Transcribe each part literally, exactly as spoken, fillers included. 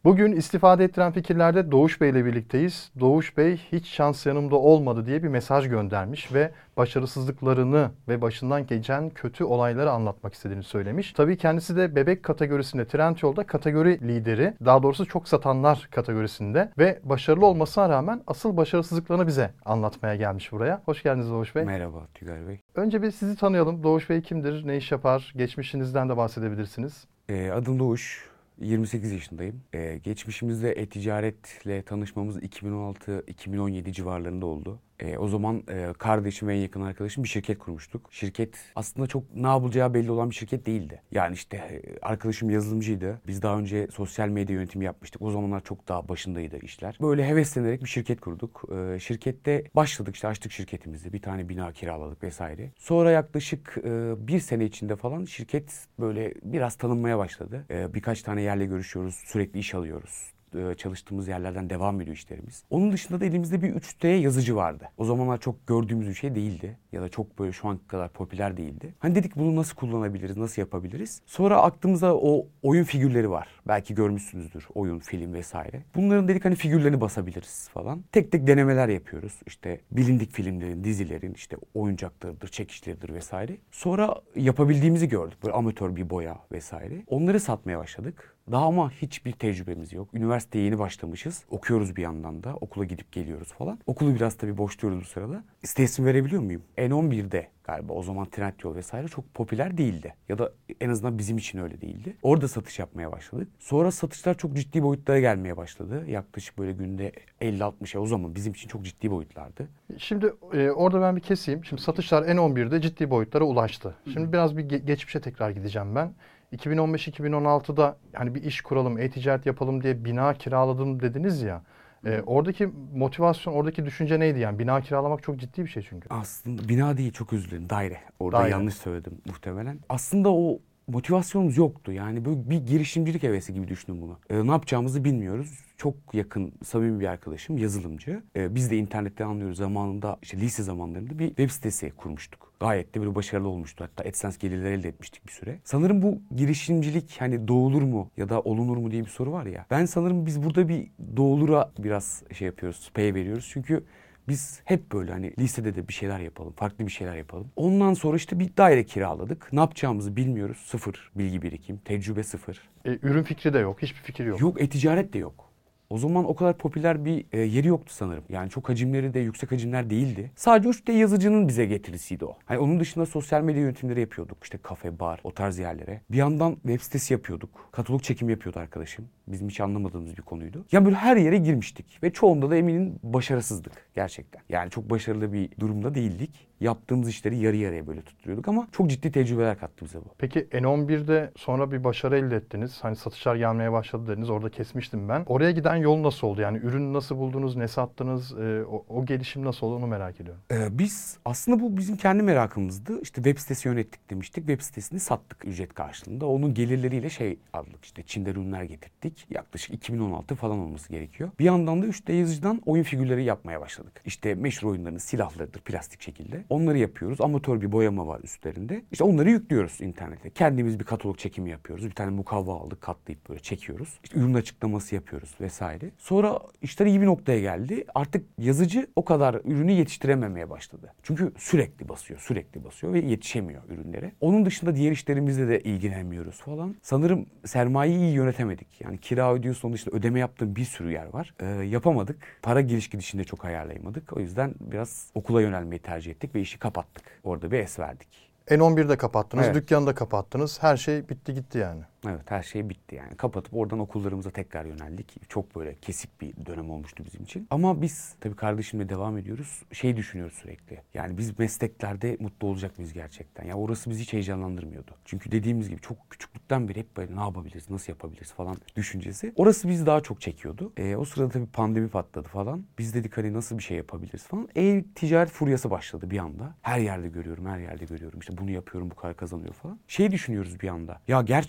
Bugün istifade ettiren fikirlerde Doğuş Bey ile birlikteyiz. Doğuş Bey hiç şans yanımda olmadı diye bir mesaj göndermiş ve başarısızlıklarını ve başından geçen kötü olayları anlatmak istediğini söylemiş. Tabii kendisi de bebek kategorisinde Trendyol'da kategori lideri, daha doğrusu çok satanlar kategorisinde ve başarılı olmasına rağmen asıl başarısızlıklarını bize anlatmaya gelmiş buraya. Hoş geldiniz Doğuş Bey. Merhaba Tugay Bey. Önce bir sizi tanıyalım. Doğuş Bey kimdir, ne iş yapar, geçmişinizden de bahsedebilirsiniz. Ee, adım Doğuş. yirmi sekiz yaşındayım. Ee, geçmişimizde e-ticaretle tanışmamız iki bin on altı iki bin on yedi civarlarında oldu. Ee, o zaman e, kardeşim ve en yakın arkadaşım bir şirket kurmuştuk. Şirket aslında çok ne yapacağı belli olan bir şirket değildi. Yani işte e, arkadaşım yazılımcıydı. Biz daha önce sosyal medya yönetimi yapmıştık. O zamanlar çok daha başındaydı işler. Böyle heveslenerek bir şirket kurduk. Ee, şirkette başladık, işte açtık şirketimizi. Bir tane bina kiraladık vesaire. Sonra yaklaşık e, bir sene içinde falan şirket böyle biraz tanınmaya başladı. E, birkaç tane yerle görüşüyoruz. Sürekli iş alıyoruz. Çalıştığımız yerlerden devam ediyor işlerimiz. Onun dışında da elimizde bir üç D yazıcı vardı. O zamanlar çok gördüğümüz bir şey değildi. Ya da çok böyle şu an kadar popüler değildi. Hani dedik bunu nasıl kullanabiliriz, nasıl yapabiliriz? Sonra aklımıza o oyun figürleri var. Belki görmüşsünüzdür, oyun, film vesaire. Bunların dedik hani figürlerini basabiliriz falan. Tek tek denemeler yapıyoruz. İşte bilindik filmlerin, dizilerin işte oyuncaklarıdır, çekişleridir vesaire. Sonra yapabildiğimizi gördük. Böyle amatör bir boya vesaire. Onları satmaya başladık. Daha ama hiçbir tecrübemiz yok. Üniversiteye yeni başlamışız. Okuyoruz bir yandan da. Okula gidip geliyoruz falan. Okulu biraz tabii boşluyoruz bu sırada. Size isim verebiliyor muyum? N on birde galiba o zaman Trendyol vesaire çok popüler değildi. Ya da en azından bizim için öyle değildi. Orada satış yapmaya başladık. Sonra satışlar çok ciddi boyutlara gelmeye başladı. Yaklaşık böyle günde elli altmışa, o zaman bizim için çok ciddi boyutlardı. Şimdi e, orada ben bir keseyim. Şimdi satışlar N on birde ciddi boyutlara ulaştı. Şimdi Hı-hı. biraz bir ge- geçmişe tekrar gideceğim ben. iki bin on beş iki bin on altıda hani bir iş kuralım, e-ticaret yapalım diye bina kiraladım dediniz ya. E, oradaki motivasyon, oradaki düşünce neydi yani? Bina kiralamak çok ciddi bir şey çünkü. Aslında bina değil, çok özür dilerim. Daire. Orada Daire. yanlış söyledim muhtemelen. Aslında o motivasyonumuz yoktu. Yani böyle bir girişimcilik hevesi gibi düşünün bunu. Ee, ne yapacağımızı bilmiyoruz. Çok yakın, samimi bir arkadaşım, yazılımcı. Ee, biz de internetten anlıyoruz. Zamanında, işte lise zamanlarında bir web sitesi kurmuştuk. Gayet de böyle başarılı olmuştu. Hatta AdSense gelirleri elde etmiştik bir süre. Sanırım bu girişimcilik hani doğulur mu ya da olunur mu diye bir soru var ya. Ben sanırım biz burada bir doğulura biraz şey yapıyoruz, pay veriyoruz. Çünkü biz hep böyle hani lisede de bir şeyler yapalım, farklı bir şeyler yapalım. Ondan sonra işte bir daire kiraladık. Ne yapacağımızı bilmiyoruz. Sıfır bilgi birikim, tecrübe sıfır. E, ürün fikri de yok, hiçbir fikir yok. Yok, e-ticaret de yok. O zaman o kadar popüler bir e, yeri yoktu sanırım. Yani çok hacimleri de yüksek hacimler değildi. Sadece üç D yazıcının bize getirisiydi o. Hani onun dışında sosyal medya yönetimleri yapıyorduk. İşte kafe, bar, o tarz yerlere. Bir yandan web sitesi yapıyorduk. Katalog çekimi yapıyordu arkadaşım. Bizim hiç anlamadığımız bir konuydu. Yani böyle her yere girmiştik. Ve çoğunda da eminim başarısızdık gerçekten. Yani çok başarılı bir durumda değildik. Yaptığımız işleri yarı yarıya böyle tutturuyorduk ama çok ciddi tecrübeler kattı bize bu. Peki N on birde sonra bir başarı elde ettiniz. Hani satışlar gelmeye başladı dediniz. Orada kesmiştim ben. Oraya giden yol nasıl oldu? Yani ürünü nasıl buldunuz, ne sattınız? E, o, o gelişim nasıl oldu onu merak ediyorum. Ee, biz aslında bu bizim kendi merakımızdı. İşte web sitesi yönettik demiştik. Web sitesini sattık ücret karşılığında. Onun gelirleriyle şey aldık, işte Çin'den ürünler getirdik. Yaklaşık iki bin on altı falan olması gerekiyor. Bir yandan da üç D yazıcıdan oyun figürleri yapmaya başladık. İşte meşhur oyunların silahlarıdır plastik şekilde. Onları yapıyoruz. Amatör bir boyama var üstlerinde. İşte onları yüklüyoruz internete. Kendimiz bir katalog çekimi yapıyoruz. Bir tane mukavva aldık, katlayıp böyle çekiyoruz. İşte ürün açıklaması yapıyoruz vesaire. Sonra işler iyi bir noktaya geldi. Artık yazıcı o kadar ürünü yetiştirememeye başladı. Çünkü sürekli basıyor, sürekli basıyor ve yetişemiyor ürünlere. Onun dışında diğer işlerimizle de ilgilenmiyoruz falan. Sanırım sermayeyi iyi yönetemedik. Yani kira ödüyorsun, onun dışında ödeme yaptığım bir sürü yer var. Ee, yapamadık. Para giriş gidişinde çok ayarlayamadık. O yüzden biraz okula yönelmeyi tercih ettik ve işi kapattık. Orada bir es verdik. N on birde kapattınız, Evet. dükkanı da kapattınız. Her şey bitti gitti yani. Evet, her şey bitti yani. Kapatıp oradan okullarımıza tekrar yöneldik. Çok böyle kesik bir dönem olmuştu bizim için. Ama biz tabii kardeşimle devam ediyoruz. Şey düşünüyoruz sürekli. Yani biz mesleklerde mutlu olacak mıyız gerçekten? Ya orası bizi hiç heyecanlandırmıyordu. Çünkü dediğimiz gibi çok küçüklükten beri hep böyle ne yapabiliriz, nasıl yapabiliriz falan düşüncesi. Orası bizi daha çok çekiyordu. E, o sırada tabii pandemi patladı falan. Biz dedik hani nasıl bir şey yapabiliriz falan. E-ticaret furyası başladı bir anda. Her yerde görüyorum, her yerde görüyorum. İşte bunu yapıyorum, bu kadar kazanıyor falan. Şey düşünüyoruz bir anda. Ya gerçekten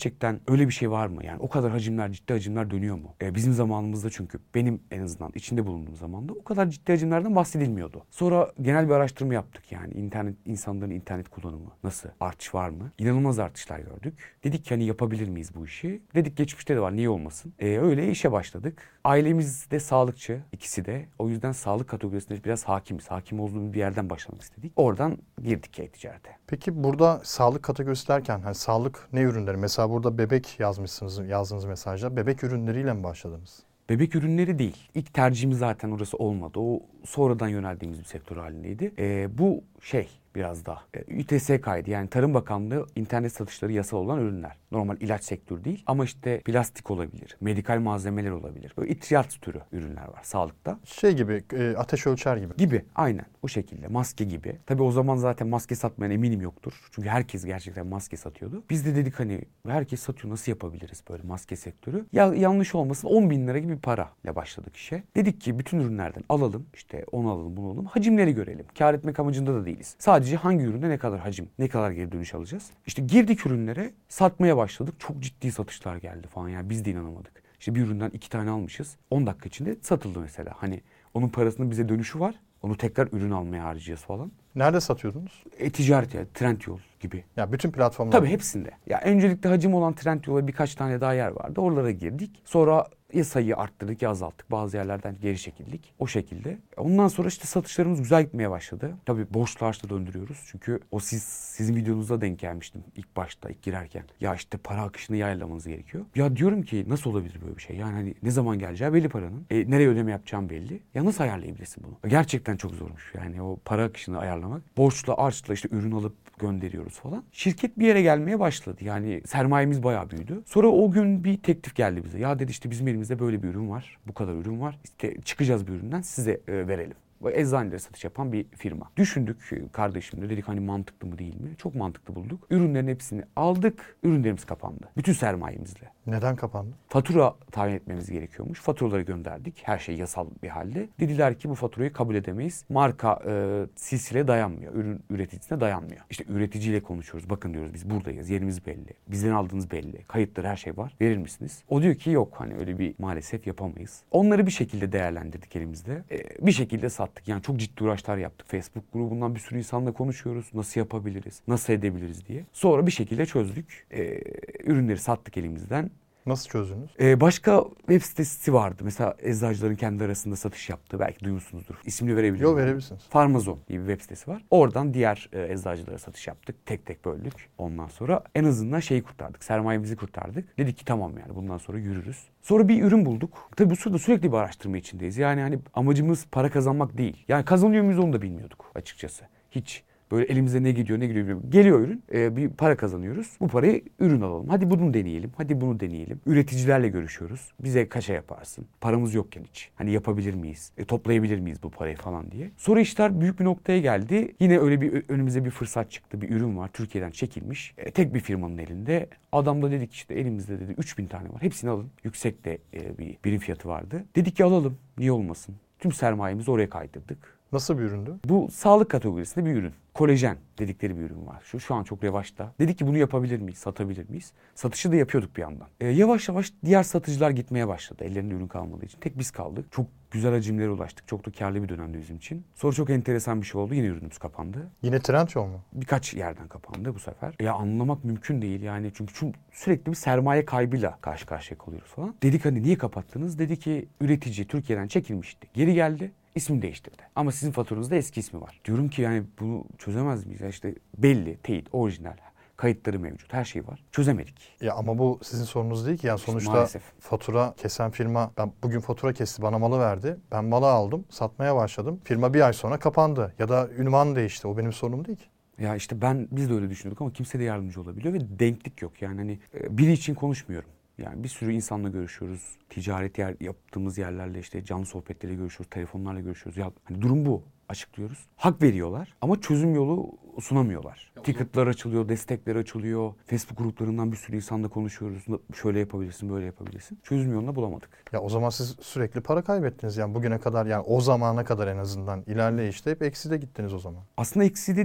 öyle bir şey var mı? Yani o kadar hacimler, ciddi hacimler dönüyor mu? E, bizim zamanımızda çünkü benim en azından içinde bulunduğum zamanda o kadar ciddi hacimlerden bahsedilmiyordu. Sonra genel bir araştırma yaptık yani internet insanların internet kullanımı nasıl? Artış var mı? İnanılmaz artışlar gördük. Dedik ki hani yapabilir miyiz bu işi? Dedik geçmişte de var, niye olmasın? E, öyle işe başladık. Ailemiz de sağlıkçı, ikisi de. O yüzden sağlık kategorisinde biraz hakimiz. Hakim olduğumuz bir yerden başlamak istedik. Oradan girdik e-ticarete. Peki burada sağlık kategorisi derken hani sağlık ne ürünleri? Mesela burada bebek yazmışsınız, yazdığınız mesajda. Bebek ürünleriyle mi başladınız? Bebek ürünleri değil. İlk tercihimiz zaten orası olmadı. O sonradan yöneldiğimiz bir sektör halindeydi. Ee, bu şey biraz daha e, Ü T S K'ydı. Yani Tarım Bakanlığı internet satışları yasal olan ürünler. Normal ilaç sektörü değil ama işte plastik olabilir, medikal malzemeler olabilir. Böyle itriyat türü ürünler var sağlıkta. Şey gibi, e, ateş ölçer gibi. Gibi, aynen o şekilde, maske gibi. Tabii o zaman zaten maske satmayan eminim yoktur. Çünkü herkes gerçekten maske satıyordu. Biz de dedik hani herkes satıyor, nasıl yapabiliriz böyle maske sektörü? Ya yanlış olmasın, on bin lira gibi bir para ile başladık işe. Dedik ki bütün ürünlerden alalım, işte onu alalım bunu alalım, hacimleri görelim. Kâr etmek amacında da değiliz. Sadece hangi üründe ne kadar hacim, ne kadar geri dönüş alacağız? İşte girdik ürünlere, satmaya başladık. Çok ciddi satışlar geldi falan, yani biz de inanamadık. İşte bir üründen iki tane almışız. on dakika içinde satıldı mesela. Hani onun parasının bize dönüşü var. Onu tekrar ürün almaya harcayacağız falan. Nerede satıyordunuz? E-ticaret yani Trendyol gibi. Ya bütün platformlar. Tabii hepsinde. Ya öncelikle hacim olan Trendyol'a birkaç tane daha yer vardı. Oralara girdik. Sonra ya sayıyı arttırdık ya azalttık. Bazı yerlerden geri çekildik. O şekilde. Ondan sonra işte satışlarımız güzel gitmeye başladı. Tabii borçlu harçla döndürüyoruz. Çünkü o siz sizin videonuzda denk gelmiştim ilk başta, ilk girerken. Ya işte para akışını yayarlamanız gerekiyor. Ya diyorum ki nasıl olabilir böyle bir şey? Yani hani ne zaman geleceği belli paranın. E, nereye ödeme yapacağım belli. Ya nasıl ayarlayabilirsin bunu? Gerçekten çok zormuş. Yani o para akışını ayarlamak. Borçla harçla işte ürün alıp gönderiyoruz falan. Şirket bir yere gelmeye başladı. Yani sermayemiz bayağı büyüdü. Sonra o gün bir teklif geldi bize. Ya dedi işte bizim elimizde böyle bir ürün var. Bu kadar ürün var. İşte çıkacağız bir üründen, size e, verelim. Eczanelere satış yapan bir firma. Düşündük kardeşimle, dedik hani mantıklı mı değil mi? Çok mantıklı bulduk. Ürünlerin hepsini aldık. Ürünlerimiz kapandı. Bütün sermayemizle. Neden kapandı? Fatura tayin etmemiz gerekiyormuş. Faturaları gönderdik. Her şey yasal bir halde. Dediler ki bu faturayı kabul edemeyiz. Marka e, silsile dayanmıyor. Ürün üreticisine dayanmıyor. İşte üreticiyle konuşuyoruz. Bakın diyoruz, biz buradayız. Yerimiz belli. Bizden aldığınız belli. Kayıtları, her şey var. Verir misiniz? O diyor ki yok, hani öyle bir maalesef yapamayız. Onları bir şekilde değerlendirdik elimizde. E, bir şekilde sattık. Yani çok ciddi uğraşlar yaptık. Facebook grubundan bir sürü insanla konuşuyoruz. Nasıl yapabiliriz? Nasıl edebiliriz diye. Sonra bir şekilde çözdük. E, ürünleri sattık elimizden. Nasıl çözdünüz? Ee, başka web sitesi vardı. Mesela eczacıların kendi arasında satış yaptığı. Belki duymuşsunuzdur. İsmini verebilirim. Yok, verebilirsiniz. Farmazon diye bir web sitesi var. Oradan diğer e, eczacılara satış yaptık. Tek tek böldük. Ondan sonra en azından şeyi kurtardık. Sermayemizi kurtardık. Dedik ki tamam, yani bundan sonra yürürüz. Sonra bir ürün bulduk. Tabii bu sırada sürekli bir araştırma içindeyiz. Yani hani amacımız para kazanmak değil. Yani kazanıyor muyuz onu da bilmiyorduk açıkçası. Hiç. Böyle elimize ne gidiyor ne gidiyor bilmiyorum. Geliyor ürün, e, bir para kazanıyoruz. Bu parayı ürün alalım. Hadi bunu deneyelim, hadi bunu deneyelim. Üreticilerle görüşüyoruz. Bize kaça yaparsın? Paramız yokken hiç. Hani yapabilir miyiz? E, toplayabilir miyiz bu parayı falan diye. Sonra işler büyük bir noktaya geldi. Yine öyle bir önümüze bir fırsat çıktı. Bir ürün var, Türkiye'den çekilmiş. E, tek bir firmanın elinde. Adam da dedik işte elimizde dedi üç bin tane var. Hepsini alın. Yüksek de e, bir birim fiyatı vardı. Dedik ki alalım. Niye olmasın? Tüm sermayemizi oraya kaydırdık. Nasıl bir üründü? Bu sağlık kategorisinde bir ürün. Kolajen dedikleri bir ürün var. Şu şu an çok revaçta. Dedik ki bunu yapabilir miyiz? Satabilir miyiz? Satışı da yapıyorduk bir yandan. Ee, yavaş yavaş diğer satıcılar gitmeye başladı. Ellerinde ürün kalmadığı için. Tek biz kaldık. Çok güzel hacimlere ulaştık. Çok da karlı bir dönemdi bizim için. Sonra çok enteresan bir şey oldu. Yine ürünümüz kapandı. Yine Trendyol mu? Birkaç yerden kapandı bu sefer. Ya anlamak mümkün değil yani. Çünkü, çünkü sürekli bir sermaye kaybıyla karşı karşıya kalıyoruz falan. Dedik hani niye kapattınız? Dedi ki üretici Türkiye'den çekilmişti. Geri geldi. İsmini değiştirdi. Ama sizin faturanızda eski ismi var. Diyorum ki yani bunu çözemez miyiz? Ya işte belli, teyit, orijinal, kayıtları mevcut, her şey var. Çözemedik. Ya ama bu sizin sorunuz değil ki. Yani İşte sonuçta maalesef. fatura kesen firma, ben bugün fatura kesti, bana malı verdi. Ben malı aldım, satmaya başladım. Firma bir ay sonra kapandı. Ya da ünvan değişti. O benim sorunum değil ki. Ya işte ben, biz de öyle düşünüyorduk ama kimse de yardımcı olabiliyor ve denklik yok. Yani hani biri için konuşmuyorum. Yani bir sürü insanla görüşüyoruz. Ticaret yer, yaptığımız yerlerle işte canlı sohbetlerle görüşüyoruz. Telefonlarla görüşüyoruz. Ya hani durum bu. Açıklıyoruz. Hak veriyorlar ama çözüm yolu sunamıyorlar. Ticket'lar açılıyor, destekler açılıyor. Facebook gruplarından bir sürü insanla konuşuyoruz. Şöyle yapabilirsin, böyle yapabilirsin. Çözüm yolunu bulamadık. Ya o zaman siz sürekli para kaybettiniz. Yani bugüne kadar, yani o zamana kadar en azından ilerleyişte hep ekside gittiniz o zaman. Aslında eksi de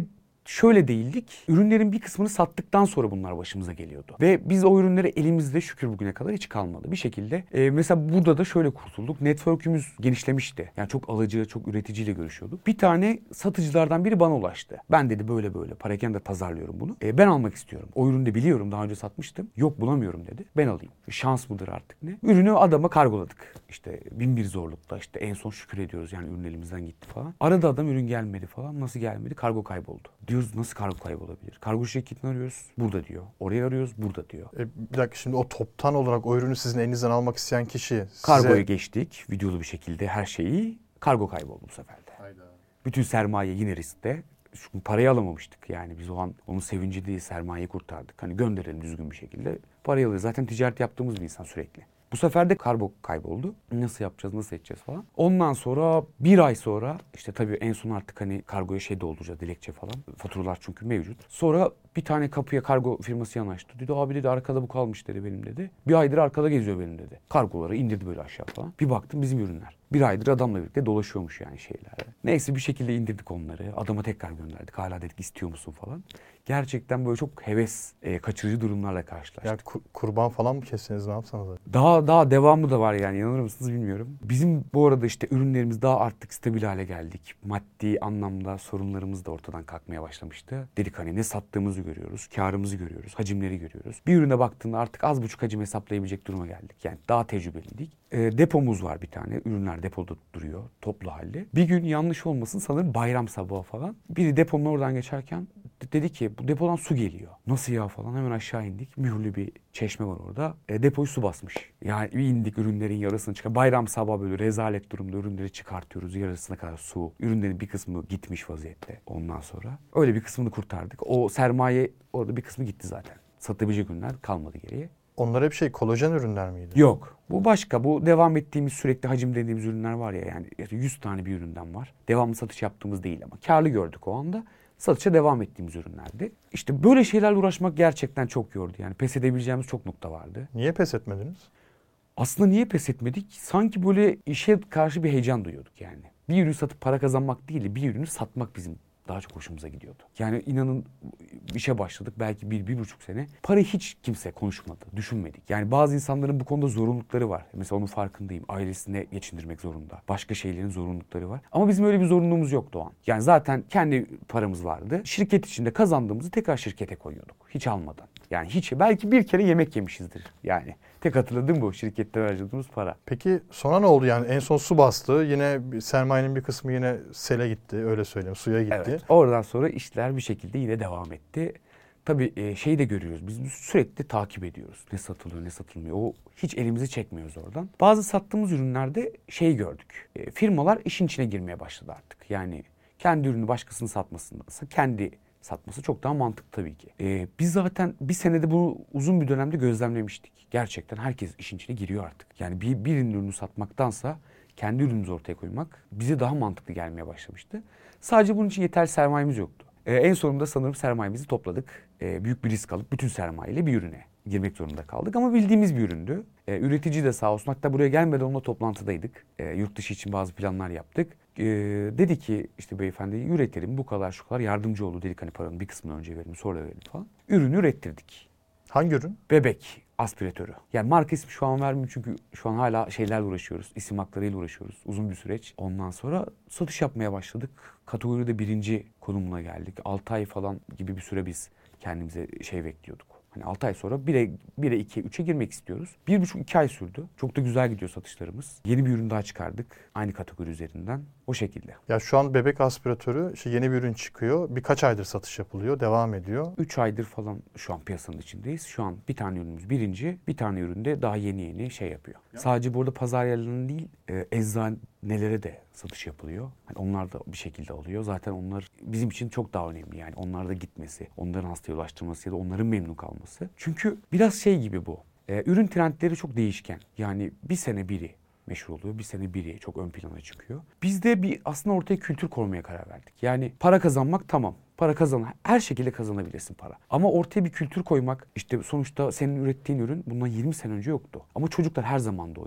şöyle değildik. Ürünlerin bir kısmını sattıktan sonra bunlar başımıza geliyordu. Ve biz o ürünleri elimizde şükür bugüne kadar hiç kalmadı. Bir şekilde e, mesela burada da şöyle kurtulduk. Network'ümüz genişlemişti. Yani çok alıcı, çok üreticiyle görüşüyorduk. Bir tane satıcılardan biri bana ulaştı. Ben dedi böyle böyle Parakende pazarlıyorum bunu. E, ben almak istiyorum. O ürünü de biliyorum. Daha önce satmıştım. Yok bulamıyorum dedi. Ben alayım. Şans mıdır artık ne? Ürünü adama kargoladık. İşte bin bir zorlukta işte en son şükür ediyoruz. Yani ürün elimizden gitti falan. Aradı adam ürün gelmedi falan. Nasıl gelmedi? Kargo kayboldu. Diyoruz nasıl kargo kaybolabilir? Kargo şirketini arıyoruz. Burada diyor. Oraya arıyoruz. Burada diyor. E, bir dakika şimdi o toptan olarak o ürünü sizin elinizden almak isteyen kişi size... Kargoya geçtik. Videolu bir şekilde her şeyi. Kargo kayboldu bu sefer de. Hayda. Bütün sermaye yine riskte. Çünkü parayı alamamıştık yani biz o an onun sevinci değil sermayeyi kurtardık. Hani gönderelim düzgün bir şekilde. Parayı alıyoruz. Zaten ticaret yaptığımız bir insan sürekli. Bu sefer de kargo kayboldu. Nasıl yapacağız, nasıl edeceğiz falan. Ondan sonra bir ay sonra işte tabii en son artık hani kargoya şey dolduracağız, dilekçe falan. Faturalar çünkü mevcut. Sonra bir tane kapıya kargo firması yanaştı. Dedi abi dedi arkada bu kalmış dedi benim dedi. Bir aydır arkada geziyor benim dedi. Kargoları indirdi böyle aşağı falan. Bir baktım bizim ürünler. Bir aydır adamla birlikte dolaşıyormuş yani şeyler. Neyse bir şekilde indirdik onları. Adama tekrar gönderdik. Hala dedik istiyor musun falan. Gerçekten böyle çok heves e, kaçırıcı durumlarla karşılaştık. Ya kur- kurban falan mı kestiniz ne yapsanız? Daha daha devamı da var yani inanır mısınız bilmiyorum. Bizim bu arada işte ürünlerimiz daha artık stabil hale geldik. Maddi anlamda sorunlarımız da ortadan kalkmaya başlamıştı. Dedik hani ne sattığımızı görüyoruz, karımızı görüyoruz, hacimleri görüyoruz. Bir ürüne baktığında artık az buçuk hacim hesaplayabilecek duruma geldik. Yani daha tecrübeliydik. E, depomuz var bir tane. Ürünler depoda duruyor toplu halde. Bir gün yanlış olmasın sanırım bayram sabahı falan. Biri deponun oradan geçerken dedi ki bu depodan su geliyor. Nasıl ya falan hemen aşağı indik. Mühürlü bir çeşme var orada. E, depoyu su basmış. Yani bir indik ürünlerin yarısını çıkar. Bayram sabahı böyle rezalet durumda ürünleri çıkartıyoruz. Yarısına kadar su. Ürünlerin bir kısmı gitmiş vaziyette ondan sonra. Öyle bir kısmını kurtardık. O sermaye orada bir kısmı gitti zaten. Satabilecek ürünler kalmadı geriye. Onlar hep şey kolajen ürünler miydi? Yok. Bu başka. Bu devam ettiğimiz sürekli hacim dediğimiz ürünler var ya yani yüz tane bir üründen var. Devamlı satış yaptığımız değil ama karlı gördük o anda. Satışa devam ettiğimiz ürünlerdi. İşte böyle şeylerle uğraşmak gerçekten çok yordu. Yani pes edebileceğimiz çok nokta vardı. Niye pes etmediniz? Aslında niye pes etmedik? Sanki böyle işe karşı bir heyecan duyuyorduk yani. Bir ürünü satıp para kazanmak değil, bir ürünü satmak bizim daha çok hoşumuza gidiyordu. Yani inanın işe başladık belki bir, bir buçuk sene. Parayı hiç kimse konuşmadı, düşünmedik. Yani bazı insanların bu konuda zorunlulukları var. Mesela onun farkındayım. Ailesine geçindirmek zorunda. Başka şeylerin zorunlulukları var. Ama bizim öyle bir zorunluluğumuz yoktu o an. Yani zaten kendi paramız vardı. Şirket içinde kazandığımızı tekrar şirkete koyuyorduk. Hiç almadan. Yani hiç. Belki bir kere yemek yemişizdir. Yani tek hatırladığım bu şirkette harcadığımız para. Peki sonra ne oldu yani en son su bastı yine sermayenin bir kısmı yine sele gitti öyle söyleyeyim suya gitti. Evet. Oradan sonra işler bir şekilde yine devam etti. Tabii e, şeyi de görüyoruz. Biz sürekli takip ediyoruz. Ne satılıyor, ne satılmıyor. O hiç elimizi çekmiyoruz oradan. Bazı sattığımız ürünlerde şey gördük. E, firmalar işin içine girmeye başladı artık. Yani kendi ürünü başkasının satmasındansa kendi satması çok daha mantıklı tabii ki. E, biz zaten bir senede bunu uzun bir dönemde gözlemlemiştik. Gerçekten herkes işin içine giriyor artık. Yani bir birinin ürünü satmaktansa kendi ürünümüzü ortaya koymak bize daha mantıklı gelmeye başlamıştı. Sadece bunun için yeterli sermayemiz yoktu. Ee, en sonunda sanırım sermayemizi topladık. Ee, büyük bir risk alıp bütün sermayeyle bir ürüne girmek zorunda kaldık. Ama bildiğimiz bir üründü. Ee, üretici de sağ olsun. Hatta buraya gelmeden onunla toplantıdaydık. Ee, yurt dışı için bazı planlar yaptık. Ee, dedi ki işte beyefendi üretelim bu kadar şu kadar yardımcı oldu. Dedik hani paranın bir kısmını önce verelim sonra verelim falan. Ürünü ürettirdik. Hangi ürün? Bebek aspiratörü. Yani marka ismi şu an vermiyorum çünkü şu an hala şeylerle uğraşıyoruz. İsim haklarıyla uğraşıyoruz. Uzun bir süreç. Ondan sonra satış yapmaya başladık. Kategoride birinci konumuna geldik. altı ay falan gibi bir süre biz kendimize şey bekliyorduk. Hani altı ay sonra bire, bire iki, üçe girmek istiyoruz. bir buçuk iki ay sürdü. Çok da güzel gidiyor satışlarımız. Yeni bir ürün daha çıkardık. Aynı kategori üzerinden. O şekilde. Ya şu an bebek aspiratörü işte yeni bir ürün çıkıyor. Birkaç aydır satış yapılıyor. Devam ediyor. üç aydır falan şu an piyasanın içindeyiz. Şu an bir tane ürünümüz birinci. Bir tane üründe daha yeni yeni şey yapıyor. Ya. Sadece burada pazar yerlerine değil e, eczanelere de satış yapılıyor. Hani onlar da bir şekilde alıyor. Zaten onlar bizim için çok daha önemli. Yani onlar da gitmesi, onların hastaya ulaştırması ya da onların memnun kalması. Çünkü biraz şey gibi bu. E, ürün trendleri çok değişken. Yani bir sene biri meşhur oluyor. Bir sene biri çok ön plana çıkıyor. Biz de bir aslında ortaya kültür koymaya karar verdik. Yani para kazanmak tamam. Para kazan, her şekilde kazanabilirsin para. Ama ortaya bir kültür koymak, işte sonuçta senin ürettiğin ürün bundan yirmi sene önce yoktu. Ama çocuklar her zaman doğuyor.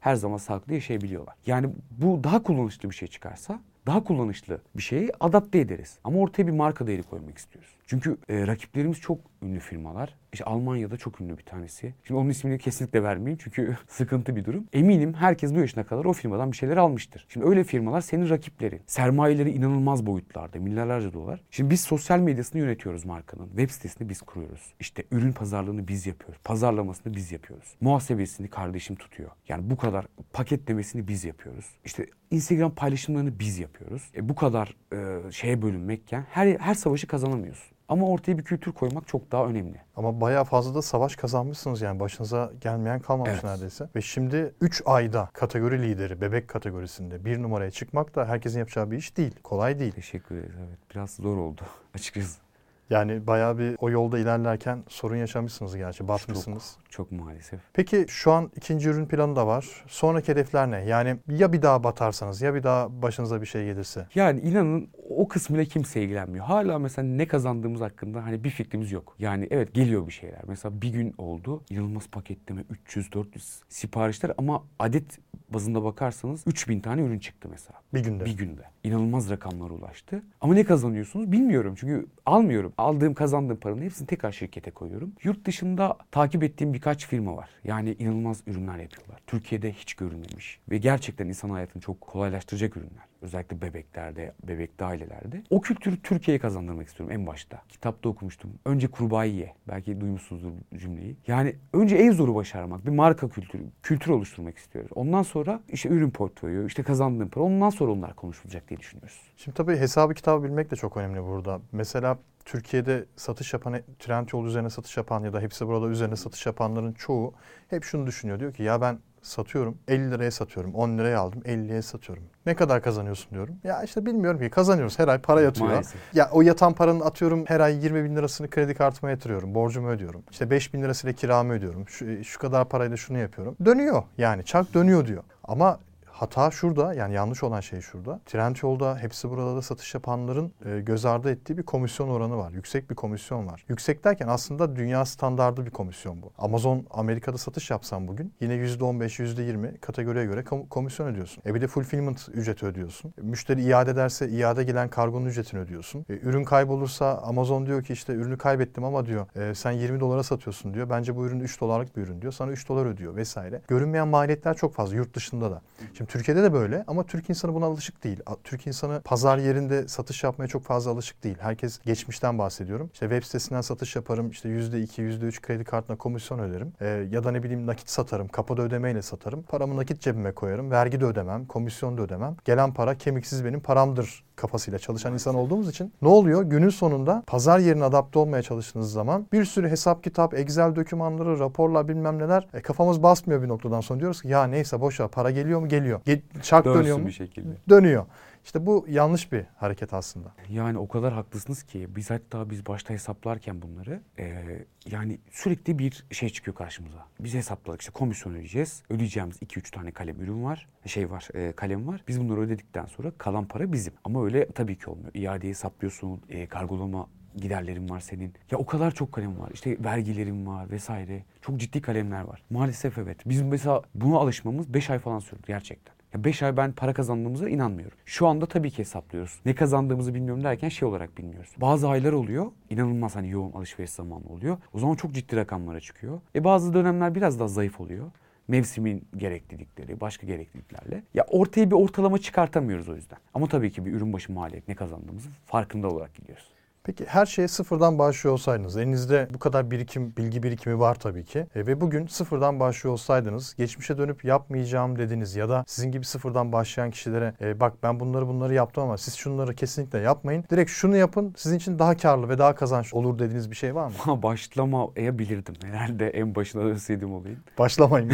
her zaman sağlıklı yaşayabiliyorlar. Yani bu daha kullanışlı bir şey çıkarsa daha kullanışlı bir şeyi adapte ederiz. Ama ortaya bir marka değeri koymak istiyoruz. Çünkü e, rakiplerimiz çok ünlü firmalar. İşte Almanya'da çok ünlü bir tanesi. Şimdi onun ismini kesinlikle vermeyeyim çünkü sıkıntı bir durum. Eminim herkes bu yaşına kadar o firmadan bir şeyler almıştır. Şimdi öyle firmalar senin rakiplerin. Sermayeleri inanılmaz boyutlarda, milyarlarca dolar. Şimdi biz sosyal medyasını yönetiyoruz markanın. Web sitesini biz kuruyoruz. İşte ürün pazarlığını biz yapıyoruz. Pazarlamasını biz yapıyoruz. Muhasebesini kardeşim tutuyor. Yani bu kadar paketlemesini biz yapıyoruz. İşte Instagram paylaşımlarını biz yapıyoruz. E bu kadar e, şeye bölünmekken her her savaşı kazanamıyorsun. Ama ortaya bir kültür koymak çok daha önemli. Ama bayağı fazla da savaş kazanmışsınız yani başınıza gelmeyen kalmamış Evet. neredeyse. Ve şimdi üç ayda kategori lideri, bebek kategorisinde bir numaraya çıkmak da herkesin yapacağı bir iş değil. Kolay değil. Teşekkür ederiz. Evet. Biraz zor oldu açıkçası. Yani bayağı bir o yolda ilerlerken sorun yaşamışsınız gerçi, batmışsınız. Çok, çok maalesef. Peki şu an ikinci ürün planı da var. Sonraki hedefler ne? Yani ya bir daha batarsanız ya bir daha başınıza bir şey gelirse? Yani inanın o kısmıyla kimse ilgilenmiyor. Hala mesela ne kazandığımız hakkında hani bir fikrimiz yok. Yani evet geliyor bir şeyler. Mesela bir gün oldu. İnanılmaz paketleme üç yüz dört yüz siparişler ama adet bazında bakarsanız üç bin tane ürün çıktı mesela. Bir günde. Bir günde. İnanılmaz rakamlara ulaştı. Ama ne kazanıyorsunuz bilmiyorum. Çünkü almıyorum. Aldığım kazandığım paranın hepsini tekrar şirkete koyuyorum. Yurt dışında takip ettiğim birkaç firma var. Yani inanılmaz ürünler yapıyorlar. Türkiye'de hiç görünmemiş. Ve gerçekten insan hayatını çok kolaylaştıracak ürünler. Özellikle bebeklerde, bebekli ailelerde. O kültürü Türkiye'ye kazandırmak istiyorum en başta. Kitapta okumuştum. Önce kurbağayı ye. Belki duymuşsunuzdur cümleyi. Yani önce en zoru başarmak. Bir marka kültürü, kültür oluşturmak istiyoruz. Ondan sonra işte ürün portföyü, işte kazandığım para. Ondan sonra onlar konuşulacak diye düşünüyoruz. Şimdi tabii hesabı kitabı bilmek de çok önemli burada. Mesela Türkiye'de satış yapan, Trendyol üzerine satış yapan ya da hepsi burada üzerine satış yapanların çoğu hep şunu düşünüyor. Diyor ki ya ben satıyorum, elli liraya satıyorum, on liraya aldım, elliye satıyorum. Ne kadar kazanıyorsun diyorum. Ya işte bilmiyorum ki, kazanıyoruz, her ay para yatıyor. Maalesef. Ya o yatan paranın atıyorum her ay yirmi bin lirasını kredi kartıma yatırıyorum, borcumu ödüyorum. İşte beş bin lirasıyla kiramı ödüyorum, şu, şu kadar parayla şunu yapıyorum. Dönüyor yani, çark dönüyor diyor. Ama hata şurada, yani yanlış olan şey şurada. Trendyol'da, hepsi burada da satış yapanların e, göz ardı ettiği bir komisyon oranı var. Yüksek bir komisyon var. Yüksek derken aslında dünya standardı bir komisyon bu. Amazon Amerika'da satış yapsan bugün yine yüzde on beş, yüzde yirmi kategoriye göre kom- komisyon ödüyorsun. E bir de fulfillment ücreti ödüyorsun. E, müşteri iade ederse iade gelen kargonun ücretini ödüyorsun. E, ürün kaybolursa Amazon diyor ki işte ürünü kaybettim ama diyor e, sen yirmi dolara satıyorsun diyor. Bence bu ürün üç dolarlık bir ürün diyor. Sana üç dolar ödüyor vesaire. Görünmeyen maliyetler çok fazla yurt dışında da. Şimdi Türkiye'de de böyle ama Türk insanı buna alışık değil. Türk insanı pazar yerinde satış yapmaya çok fazla alışık değil. Herkes, geçmişten bahsediyorum. İşte web sitesinden satış yaparım. İşte yüzde iki, yüzde üç kredi kartına komisyon öderim. Ee, ya da ne bileyim nakit satarım. Kapoda ödemeyle satarım. Paramı nakit cebime koyarım. Vergi de ödemem. Komisyon da ödemem. Gelen para kemiksiz benim paramdır kafasıyla çalışan insan olduğumuz için ne oluyor? Günün sonunda pazar yerine adapte olmaya çalıştığınız zaman bir sürü hesap kitap, Excel dokümanları, raporlar bilmem neler e, kafamız basmıyor bir noktadan sonra. Diyoruz ki ya neyse boş ver, para geliyor mu? Geliyor. Ge- çark Dönsün dönüyor mu? bir şekilde. Dönüyor. İşte bu yanlış bir hareket aslında. Yani o kadar haklısınız ki biz hatta biz başta hesaplarken bunları e, yani sürekli bir şey çıkıyor karşımıza. Biz hesapladık işte komisyon ödeyeceğiz. Ödeyeceğimiz iki üç tane kalem ürün var. Şey var e, kalem var. Biz bunları ödedikten sonra kalan para bizim. Ama öyle tabii ki olmuyor. İadeyi hesaplıyorsun. E, kargolama giderlerin var senin. Ya o kadar çok kalem var. İşte vergilerim var vesaire. Çok ciddi kalemler var. Maalesef evet. Bizim mesela buna alışmamız beş ay falan sürdü gerçekten. beş ay ben para kazandığımıza inanmıyorum. Şu anda tabii ki hesaplıyoruz. Ne kazandığımızı bilmiyorum derken şey olarak bilmiyoruz. Bazı aylar oluyor. İnanılmaz hani yoğun alışveriş zamanı oluyor. O zaman çok ciddi rakamlara çıkıyor. E bazı dönemler biraz daha zayıf oluyor. Mevsimin gereklilikleri, başka gerekliliklerle. Ya ortaya bir ortalama çıkartamıyoruz o yüzden. Ama tabii ki bir ürün başı maliyet ne kazandığımızın farkında olarak gidiyoruz. Peki her şeye sıfırdan başlıyor olsaydınız, elinizde bu kadar birikim, bilgi birikimi var tabii ki e, ve bugün sıfırdan başlıyor olsaydınız, geçmişe dönüp yapmayacağım dediniz ya da sizin gibi sıfırdan başlayan kişilere e, bak ben bunları bunları yaptım ama siz şunları kesinlikle yapmayın, direkt şunu yapın, sizin için daha karlı ve daha kazançlı olur dediğiniz bir şey var mı? Başlamayabilirdim herhalde, en başına dönseydim olayım. Başlamayın.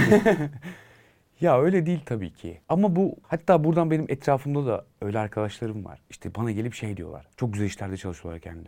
Ya öyle değil tabii ki. Ama bu, hatta buradan benim etrafımda da öyle arkadaşlarım var. İşte bana gelip şey diyorlar. Çok güzel işlerde çalışıyorlar kendileri.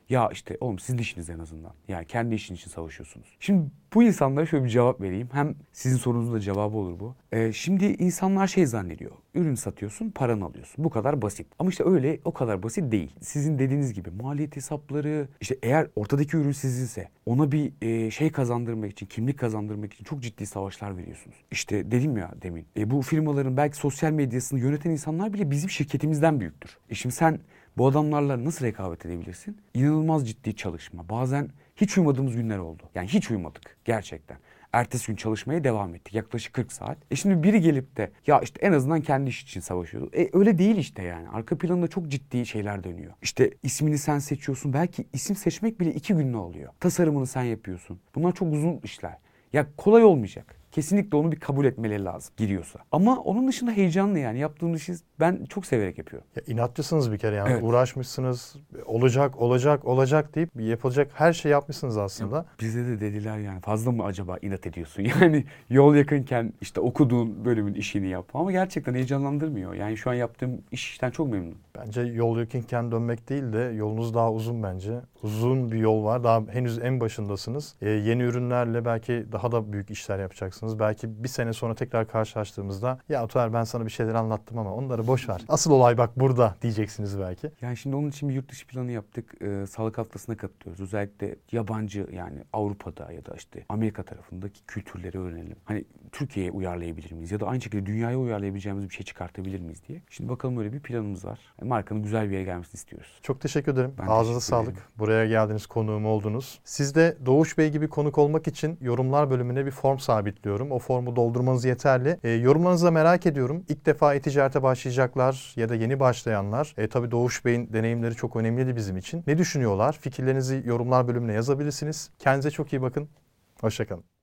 Ya işte oğlum sizin işiniz en azından. Yani kendi işin için savaşıyorsunuz. Şimdi bu insanlara şöyle bir cevap vereyim. Hem sizin sorunuzun da cevabı olur bu. Ee, şimdi insanlar şey zannediyor. Ürün satıyorsun, paranı alıyorsun. Bu kadar basit. Ama işte öyle o kadar basit değil. Sizin dediğiniz gibi maliyet hesapları, işte eğer ortadaki ürün sizinse ona bir e, şey kazandırmak için, kimlik kazandırmak için çok ciddi savaşlar veriyorsunuz. İşte dedim ya demin. E, bu firmaların belki sosyal medyasını yöneten insanlar bile bizim şirketimizden büyüktür. E şimdi sen bu adamlarla nasıl rekabet edebilirsin? İnanılmaz ciddi çalışma. Bazen hiç uyumadığımız günler oldu. Yani hiç uyumadık gerçekten. Ertesi gün çalışmaya devam ettik. Yaklaşık kırk saat. E şimdi biri gelip de ya işte en azından kendi iş için savaşıyordu. E öyle değil işte yani. Arka planında çok ciddi şeyler dönüyor. İşte ismini sen seçiyorsun. Belki isim seçmek bile iki günle oluyor. Tasarımını sen yapıyorsun. Bunlar çok uzun işler. Ya kolay olmayacak. Kesinlikle onu bir kabul etmeleri lazım giriyorsa. Ama onun dışında heyecanlı yani. Yaptığım işi ben çok severek yapıyorum. Ya inatçısınız bir kere yani. Evet. Uğraşmışsınız. Olacak, olacak, olacak deyip yapılacak her şey yapmışsınız aslında. Ya bize de dediler yani fazla mı acaba inat ediyorsun? Yani yol yakınken işte okuduğun bölümün işini yap. Ama gerçekten heyecanlandırmıyor. Yani şu an yaptığım iş işten çok memnunum. Bence yol yakınken dönmek değil de yolunuz daha uzun bence. Uzun bir yol var. Daha henüz en başındasınız. Ee, yeni ürünlerle belki daha da büyük işler yapacaksınız. Belki bir sene sonra tekrar karşılaştığımızda ya Tuğer ben sana bir şeyler anlattım ama onları boş ver. Asıl olay bak burada diyeceksiniz belki. Yani şimdi onun için bir yurt dışı planı yaptık. Ee, sağlık haftasına katılıyoruz. Özellikle yabancı yani Avrupa'da ya da işte Amerika tarafındaki kültürleri öğrenelim. Hani Türkiye'ye uyarlayabilir miyiz? Ya da aynı şekilde dünyaya uyarlayabileceğimiz bir şey çıkartabilir miyiz diye. Şimdi bakalım öyle bir planımız var. Yani markanın güzel bir yere gelmesini istiyoruz. Çok teşekkür ederim. Ben Ağzınıza teşekkür sağlık. ederim. Buraya geldiniz, konuğum oldunuz. Siz de Doğuş Bey gibi konuk olmak için yorumlar bölümüne bir form sabitliyorum. O formu doldurmanız yeterli. E, yorumlarınızı da merak ediyorum. İlk defa e-ticarete başlayacaklar ya da yeni başlayanlar. E, tabii Doğuş Bey'in deneyimleri çok önemliydi bizim için. Ne düşünüyorlar? Fikirlerinizi yorumlar bölümüne yazabilirsiniz. Kendinize çok iyi bakın. Hoşça kalın.